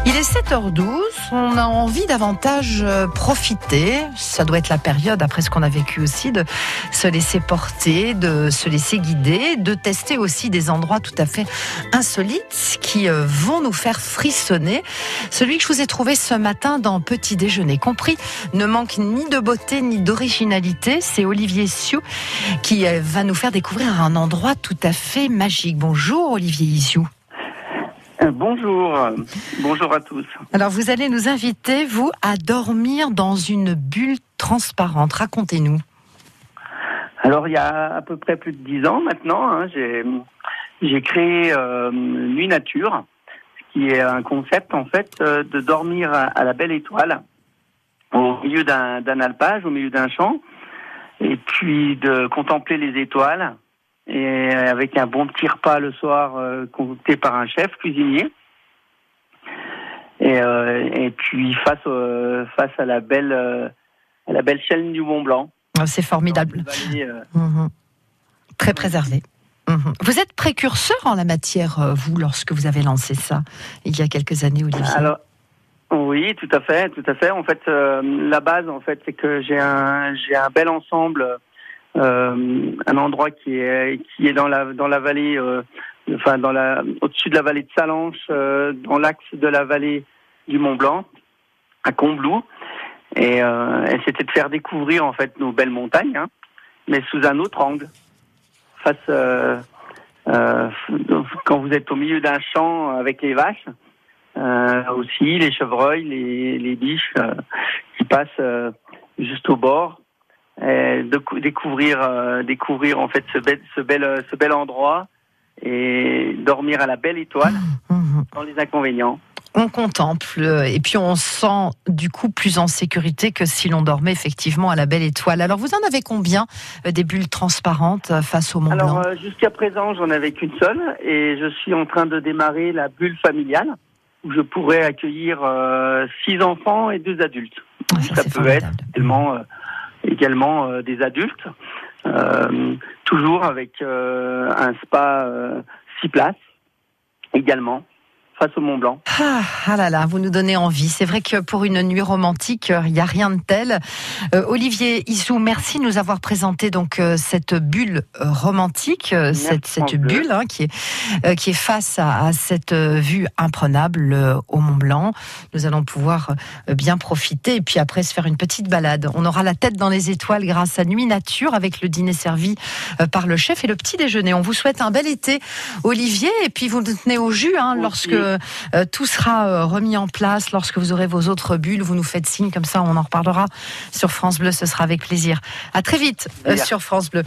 Il est 7h12, on a envie davantage profiter, ça doit être la période après ce qu'on a vécu aussi, de se laisser porter, de se laisser guider, de tester aussi des endroits tout à fait insolites qui vont nous faire frissonner. Celui que je vous ai trouvé ce matin dans Petit Déjeuner compris ne manque ni de beauté ni d'originalité, c'est Olivier Sioux qui va nous faire découvrir un endroit tout à fait magique. Bonjour Olivier Sioux. Bonjour à tous. Alors vous allez nous inviter, vous, à dormir dans une bulle transparente. Racontez-nous. Alors il y a à peu près plus de 10 ans maintenant, j'ai créé Nuit Nature, qui est un concept en fait de dormir à la belle étoile, au milieu d'un alpage, au milieu d'un champ, et puis de contempler les étoiles. Et avec un bon petit repas le soir concocté par un chef cuisinier, et puis face à la belle chaîne du Mont Blanc. C'est formidable. Très préservé. Vous êtes précurseur en la matière, vous, lorsque vous avez lancé ça il y a quelques années, Olivier. Alors, oui, tout à fait. En fait, la base, en fait, c'est que j'ai un bel ensemble. Un endroit qui est dans la vallée, au-dessus de la vallée de Salanches, dans l'axe de la vallée du Mont Blanc, à Combloux, et c'était de faire découvrir en fait nos belles montagnes, mais sous un autre angle, quand vous êtes au milieu d'un champ avec les vaches, aussi les chevreuils, les biches qui passent juste au bord. Découvrir en fait ce bel endroit et dormir à la belle étoile sans les inconvénients. On contemple et puis on se sent du coup plus en sécurité que si l'on dormait effectivement à la belle étoile. Alors vous en avez combien des bulles transparentes face au Mont Blanc ? Alors jusqu'à présent j'en avais qu'une seule et je suis en train de démarrer la bulle familiale où je pourrais accueillir 6 enfants et 2 adultes. Ça peut formidable. Être également des adultes, toujours avec un spa 6 places, également, face au Mont Blanc. Ah là là, vous nous donnez envie. C'est vrai que pour une nuit romantique, il n'y a rien de tel. Olivier Sioux, merci de nous avoir présenté donc cette bulle romantique, cette bulle qui est face à cette vue imprenable au Mont Blanc. Nous allons pouvoir bien profiter et puis après se faire une petite balade. On aura la tête dans les étoiles grâce à Nuit Nature avec le dîner servi par le chef et le petit déjeuner. On vous souhaite un bel été, Olivier, et puis vous nous tenez au jus lorsque tout sera remis en place, lorsque vous aurez vos autres bulles, vous nous faites signe, comme ça on en reparlera sur France Bleu, ce sera avec plaisir. À très vite sur France Bleu.